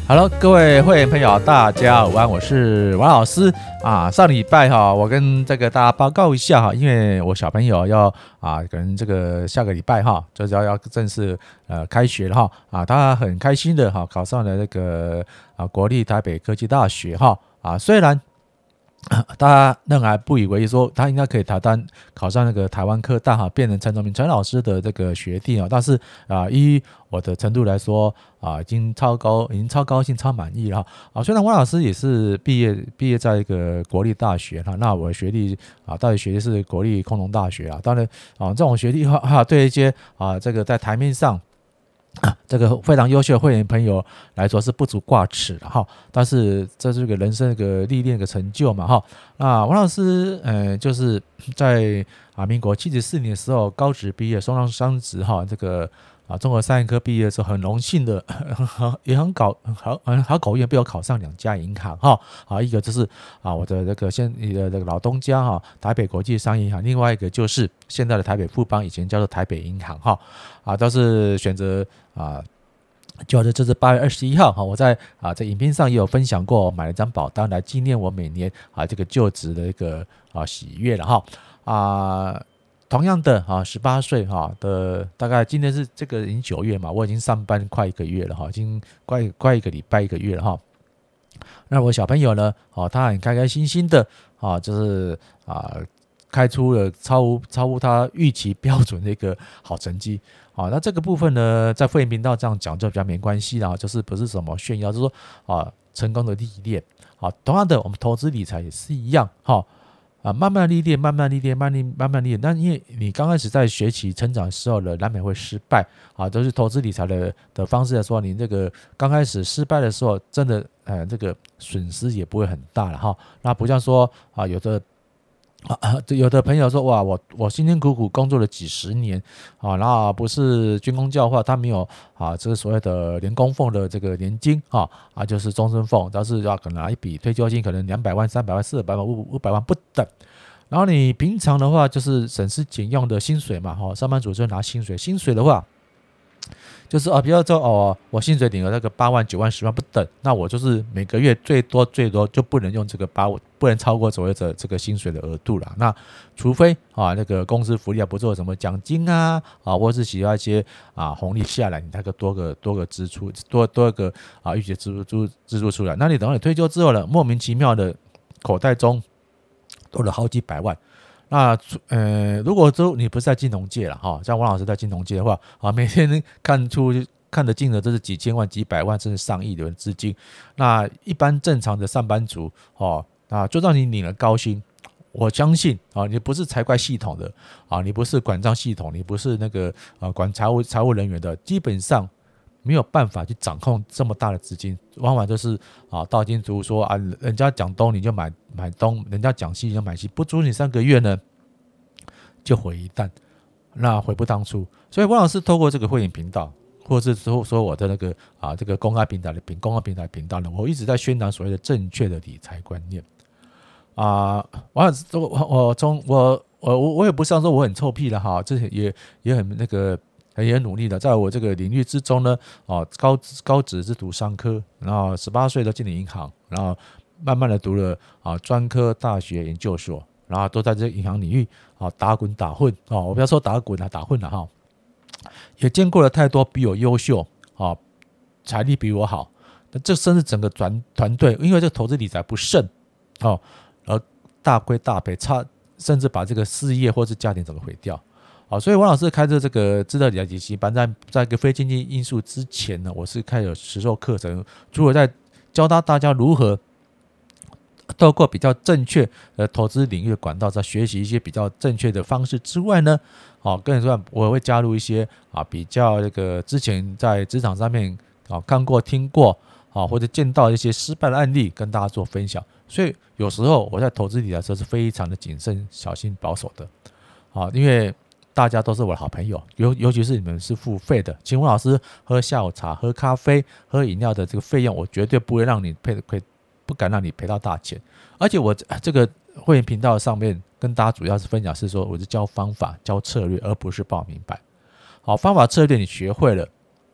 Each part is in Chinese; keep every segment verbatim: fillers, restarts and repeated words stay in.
Hello， 各位会员朋友，大家午安，我是王老师啊。上礼拜哈，我跟这个大家报告一下哈，因为我小朋友要啊，可能这个下个礼拜哈，就是要要正式呃开学了哈啊，他很开心的哈，考上了那个啊国立台北科技大学哈啊，虽然大家仍然不以为意，说他应该可以台单考上那个台湾科大哈，变成陈宗明陈老师的这个学弟啊，但是啊，依我的程度来说啊，已经超高，已经超高兴、超满意了啊。虽然王老师也是毕业毕业在一个国立大学哈，那我的学历啊，到底学的是国立空农大学啊，当然啊，这种学历哈哈，对一些啊这个在台面上。啊、这个非常优秀的会员朋友来说是不足挂齿的哈，但是这是个人生一个历练的成就嘛哈。那王老师呃就是在啊民国七十四年的时候高职毕业，升上商职哈，这个啊综合商业科毕业的时候很荣幸的也很搞好很好搞运被我考上两家银行哈啊，一个就是啊我的这个现你的这个老东家哈台北国际商业银行，另外一个就是现在的台北富邦，以前叫做台北银行哈啊，都是选择啊。就这是八月二十一号哈，我在啊在影片上也有分享过，我买了一张保单来纪念我每年啊这个就职的一个啊喜悦了哈啊。同样的啊，十八岁哈的大概今天是这个已经九月嘛，我已经上班快一个月了哈，已经快快一个礼拜一个月了哈。那我小朋友呢，哦，他很开开心心的啊，就是啊。开出了超乎超乎他预期标准的一个好成绩啊，那这个部分呢，在会员频道这样讲就比较没关系啦，就是不是什么炫耀，就是说啊，成功的历练啊。同样的，我们投资理财也是一样哈啊，慢慢历练，慢慢历练，慢慢慢慢历练。但因为你刚开始在学习成长的时候呢，难免会失败啊，都是投资理财的的方式来说，你这个刚开始失败的时候，真的呃这个损失也不会很大了哈。那不像说啊，有的。啊，有的朋友说哇，我我辛辛苦苦工作了几十年啊，然后不是军公教化，他没有啊，这个所谓的年功俸的这个年金啊啊，就是终身俸，但是要可能拿一笔退休金，可能两百万、三百万、四百万、五五百万不等。然后你平常的话就是省吃俭用的薪水嘛，哈，上班族就拿薪水，薪水的话。就是啊，比如说哦，我薪水领了那个八万、九万、十万不等，那我就是每个月最多最多就不能用这个八，不能超过所谓的这个薪水的额度了。那除非啊，那个公司福利还不错，什么奖金啊啊，或是其他一些啊红利下来，你那个多个多个支出，多多个啊预期支出支出出来，那你等到你退休之后了，莫名其妙的口袋中多了好几百万。那呃，如果说你不是在金融界了哈，像王老师在金融界的话啊，每天看出看的金额都是几千万、几百万，甚至上亿的资金。那一般正常的上班族哦，啊，就让你领了高薪，我相信啊，你不是财会系统的啊，你不是管账系统，你不是那个啊管财务财务人员的，基本上没有办法去掌控这么大的资金，往往就是啊道金族说啊，人家讲东你就买买东，人家讲西你就买西，不足你三个月呢就毁一旦，那悔不当初。所以王老师透过这个会员频道，或者是说我的那个啊这个公开平台的公开平台频道呢，我一直在宣传所谓的正确的理财观念啊。王老师，我我从我我我也不是说我很臭屁了哈，这也也很那个。也很努力的，在我这个领域之中呢，哦，高高职是读商科，然后十八岁都进了银行，然后慢慢的读了啊专科、大学、研究所，然后都在这个银行领域啊打滚打混哦，我不要说打滚了，打混了哈，也见过了太多比我优秀啊，财力比我好，这甚至整个团团队，因为这个投资理财不慎哦，而大亏大赔，差甚至把这个事业或是家庭整个毁掉。好，所以王老师开着这个资料理财体系班，在在一个非经济因素之前呢，我是开了实授课程，除了在教大大家如何透过比较正确的投资领域的管道，在学习一些比较正确的方式之外呢，好，跟你说我会加入一些啊比较这个之前在职场上面啊看过、听过啊或者见到一些失败的案例，跟大家做分享。所以有时候我在投资理财的时候是非常的谨慎、小心、保守的，啊，因为大家都是我的好朋友，尤尤其是你们是付费的，请王老师喝下午茶、喝咖啡、喝饮料的这个费用，我绝对不会让你赔亏，不敢让你赔到大钱。而且我这个会员频道上面跟大家主要是分享是说，我是教方法、教策略，而不是报名白。好，方法策略你学会了，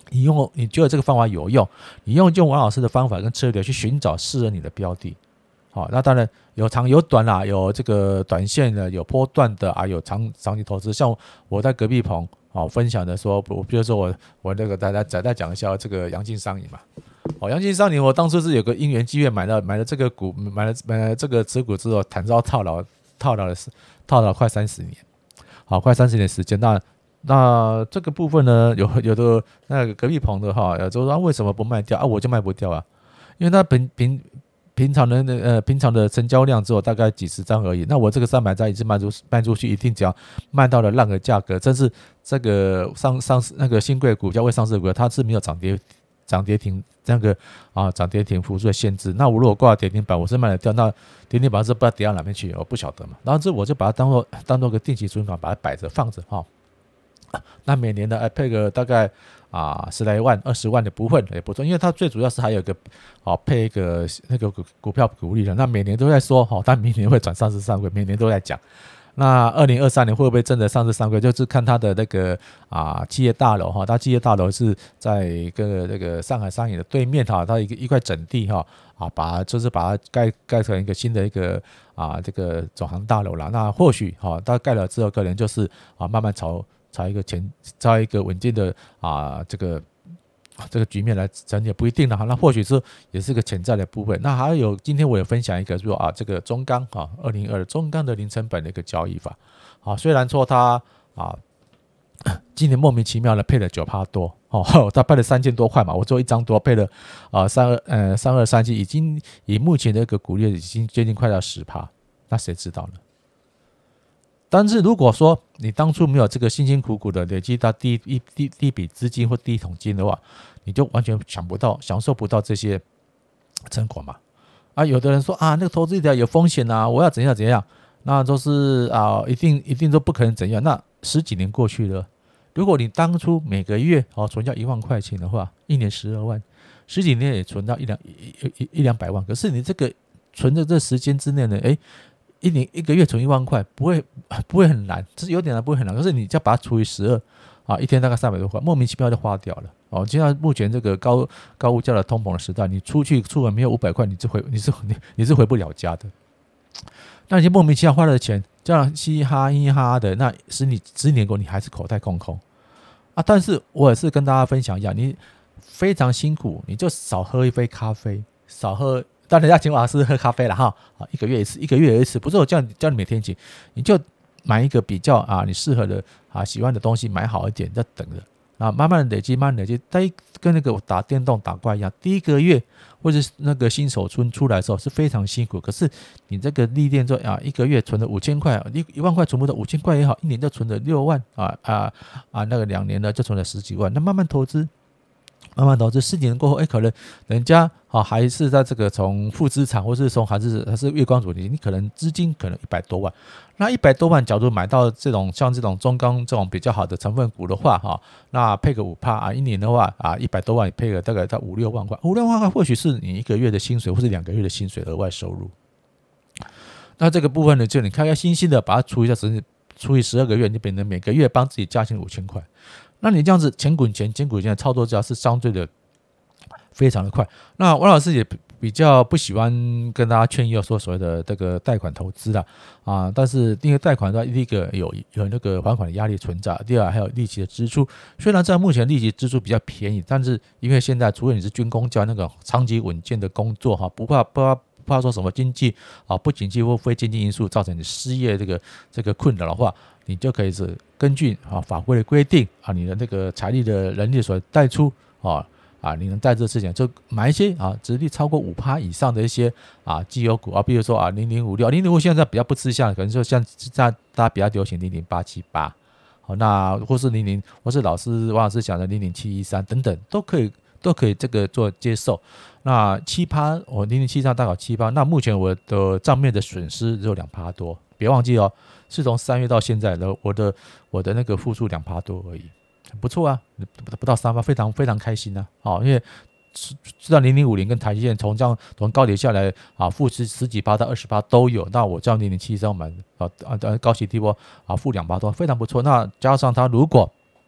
你用你觉得这个方法有用，你用用王老师的方法跟策略去寻找适合你的标的。好，那当然有长有短啦，有这个短线的，有波段的啊，有长长期投资。像我在隔壁棚哦分享的说，我比如说我我那个大家再再讲一下这个阳金商银嘛。哦，阳金商银我当初是有个因缘机会买了买了这个股，买了买了这个持股之后，惨遭套牢，套牢了套牢快三十年，好，快三十年时间。那那这个部分呢，有有的那个隔壁棚的哈，就说为什么不卖掉啊？我就卖不掉啊，因为它平平。平常的呃平常的成交量只有大概几十张而已，那我这个三百张一直卖出卖出去，一定只要卖到了烂的价格，真是这个上上市那个新贵股价未上市的股票，它是没有涨跌涨跌停那个啊涨跌停幅度的限制。那我如果挂跌停板，我是卖得掉，那跌停板是不知道跌到哪边去，我不晓得嘛。然后这我就把它当做当做个定期存款，把它摆着放着哈。那每年的配个大概啊十来万、二十万的部分也不错，因为它最主要是还有一个好、啊、配一个那个股票股利的，那每年都在说好，但明年会转上市上柜，每年都在讲。那二零二三年会不会真的上市上柜，就是看它的那个啊企业大楼哈，它企业大楼是在一个那个上海商业的对面哈，它一个一块整地哈啊，把就是把它盖盖成一个新的一个啊这个总行大楼啦。那或许哈，它盖了之后，可能就是啊慢慢朝。朝一个前，朝一个稳健的啊这个这个局面来整也不一定了哈。那或许是也是个潜在的部分。那还有今天我也分享一个说啊这个中钢哈二零二中钢的零成本的一个交易法。好，虽然说它啊今年莫名其妙的配了 百分之九 多哦，它配了三千多块嘛，我做一张多配了啊三二呃三二三七，已经以目前的一个股利已经接近快到 百分之十， 那谁知道呢？但是如果说你当初没有这个辛辛苦苦的累积到第一第第一笔资金或第一桶金的话，你就完全想不到享受不到这些成果嘛。啊，有的人说啊，那个投资一条有风险啊，我要怎样怎样，那都是啊，一定一定都不可能怎样。那十几年过去了，如果你当初每个月哦存掉一万块钱的话，一年十二万，十几年也存到一两一一一两百万。可是你这个存的这时间之内呢，哎。一年一个月存一万块，不会不会很难，这是有点难，不会很难。可是你就把它除以十二啊，一天大概三百多块，莫名其妙就花掉了哦。现在目前这个高高物价的通膨的时代，你出去出门没有五百块，你是回你是你你是回不了家的。那你莫名其妙花了钱，这样嘻哈嘻哈的，那十你十年过你还是口袋空空啊。但是我也是跟大家分享一下，你非常辛苦，你就少喝一杯咖啡，少喝。当然要请老师喝咖啡了哈，一个月一次，一个月一次，不是我叫你叫你每天请，你就买一个比较啊你适合的啊喜欢的东西，买好一点，再等着，啊慢慢累积，慢慢累积，但跟那个打电动打怪一样，第一个月或者是那个新手村出来的时候是非常辛苦，可是你这个历练之后啊，一个月存了五千块，一一万块存不到五千块也好，一年就存了六万啊啊啊，那个两年呢就存了十几万，那慢慢投资。慢慢投资，四年过后，哎，可能人家好还是在这个从负资产，或是从还是还是月光族，你可能资金可能一百多万，那一百多万，假如买到这种像这种中钢这种比较好的成分股的话，哈，那配个五趴啊，一年的话啊，一百多万配个大概到五六万块，五六万块或许是你一个月的薪水，或是两个月的薪水额外收入。那这个部分呢，就你开开心心的把它除一下，除以十二个月，你变成每个月帮自己加薪五千块。那你这样子钱滚钱，钱滚钱的操作价是相对的非常的快。那王老师也比较不喜欢跟大家劝诱说所谓的这个贷款投资啦啊，但是因为贷款的话，第一个有有那个还款的压力存在，第二还有利息的支出。虽然在目前利息支出比较便宜，但是因为现在除非你是军公教那个长期稳健的工作哈，不怕不怕。不怕说什么经济啊不景气或非经济因素造成你失业这个这个困扰的话，你就可以是根据啊法规的规定啊，你的那个财力的能力所贷出啊啊，你能贷这事情就买一些啊殖利率超过 百分之五 以上的一些啊绩优股啊，比如说啊零零五六，零零五现在比较不吃香，可能说像大家比较流行零零八七八，好，那或是零零或是老师王老师讲的零零七一三等等都可以。都可以这个做接受。那七趴，我零零七上大概七趴，那目前我的账面的损失只有两趴多，别忘记哦，是从三月到现在的我的我的那个负数两趴多而已，很不错啊，不到三趴，非常非常开心啊！哦，因为知道零零五零跟台积电从这样从高点下来啊，负十十几趴到二十趴都有，那我这样零零七上买啊啊高息低波啊负两趴多，非常不错。那加上它如果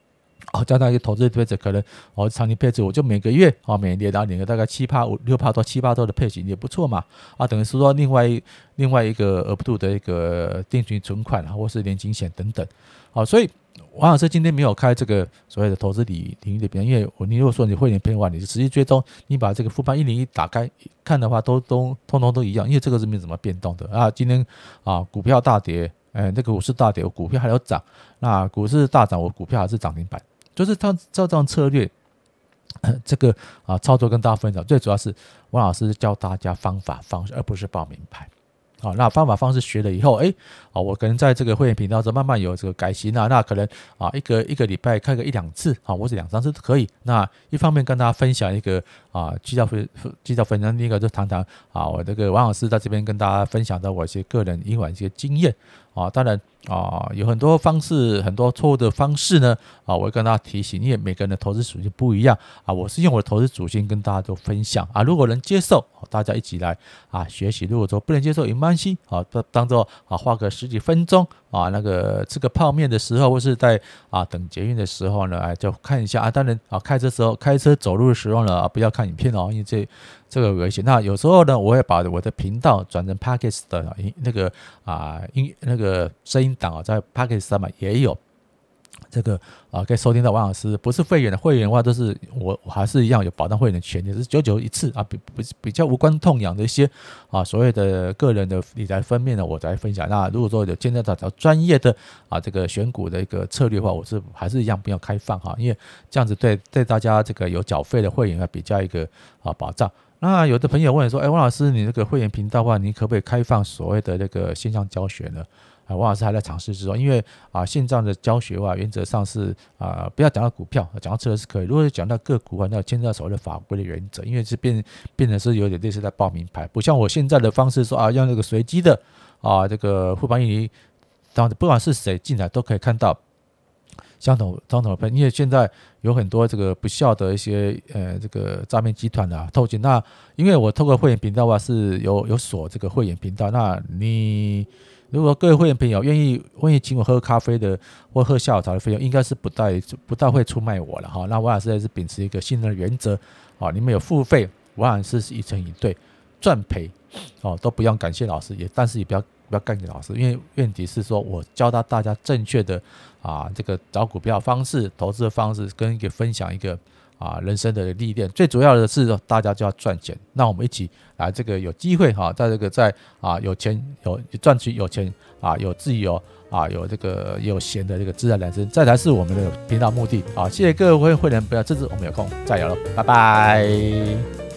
哦，加上一个投资配置，可能哦长期配置，我就每个月哦每年然后领个大概七趴五六趴到七趴多的配息也不错嘛啊，等于是说另外另外一个额度的一个定期存款啊，或是年金险等等，好、哦，所以王老师今天没有开这个所谓的投资领领域的表，因为我你如果说你会员偏的话，你就直接追踪，你把这个富邦一零一打开看的话，都都通通都一样，因为这个是没怎么变动的啊。今天啊股票大跌，呃那个股市大跌，我股票还有涨，那股市大涨，我股票还是涨停板。就是他照这样策略，呃、这个啊操作跟大家分享，最主要是王老师教大家方法方式，而不是报名牌。好，那方法方式学了以后，哎，好，我可能在这个会员频道中慢慢有这个改型啊，那可能啊一个一个礼拜开个一两次，啊，或者两三次都可以。那一方面跟大家分享一个啊绩效分绩效分享，另一个就谈谈啊我这个王老师在这边跟大家分享的我一些个人以往一些经验啊，当然啊有很多方式，很多错误的方式呢啊，我会跟大家提醒，因为每个人的投资属性不一样啊，我是用我的投资属性跟大家做分享啊，如果能接受，大家一起来啊学习；如果说不能接受也没关系，啊，当做啊花个十几分钟啊，那个吃个泡面的时候，或是在啊等捷运的时候呢，哎就看一下啊。当然啊，开车时候、开车走路的时候呢，啊不要看影片哦，因为这这个危险。那有时候呢，我会把我的频道转成 Podcast 的那个啊音那个声音档啊，在 Podcast 上面也有。这个啊，可以收听到王老师，不是会员的会员的话，都是我我还是一样有保障会员的权利，是九九一次啊，比比比较无关痛痒的一些啊所谓的个人的理财方面呢，我来分享。那如果说有见到找专业的啊这个选股的一个策略的话，我是还是一样不要开放哈，因为这样子对对大家这个有缴费的会员比较一个啊保障。那有的朋友问说，哎，王老师，你这个会员频道的话，你可不可以开放所谓的那个线上教学呢？啊，王老师还在尝试之中，因为啊，线上的教学的话，原则上是啊，不要讲到股票，讲到车是可以。如果是讲到个股的话，那牵涉到所谓的法规的原则，因为是变变成是有点类似在报名牌，不像我现在的方式说啊，用那个随机的啊，这个富邦印尼，当不管是谁进来都可以看到相同相同的分，因为现在有很多这个不孝的一些呃这个诈骗集团啊透进。那因为我透过会员频道的话是有有锁这个会员频道，那你。如果各位会员朋友愿意愿意请我喝咖啡的或喝下午茶的费用，应该是不带不带会出卖我了哈。那王老师也是秉持一个信任的原则啊，你们有付费，王老师是一成一对，赚赔哦都不用感谢老师，也但是也不要不要干给老师，因为问题是说我教到大家正确的啊这个找股票方式、投资的方式，跟一个分享一个。啊，人生的历练，最主要的是大家就要赚钱。那我们一起来，这个有机会哈，在这个在啊有钱有赚取有钱啊有自由啊有这个有闲的这个自然人生，这才是我们的频道目的啊！谢谢各位会员，不要支持，我们有空再聊了，拜拜。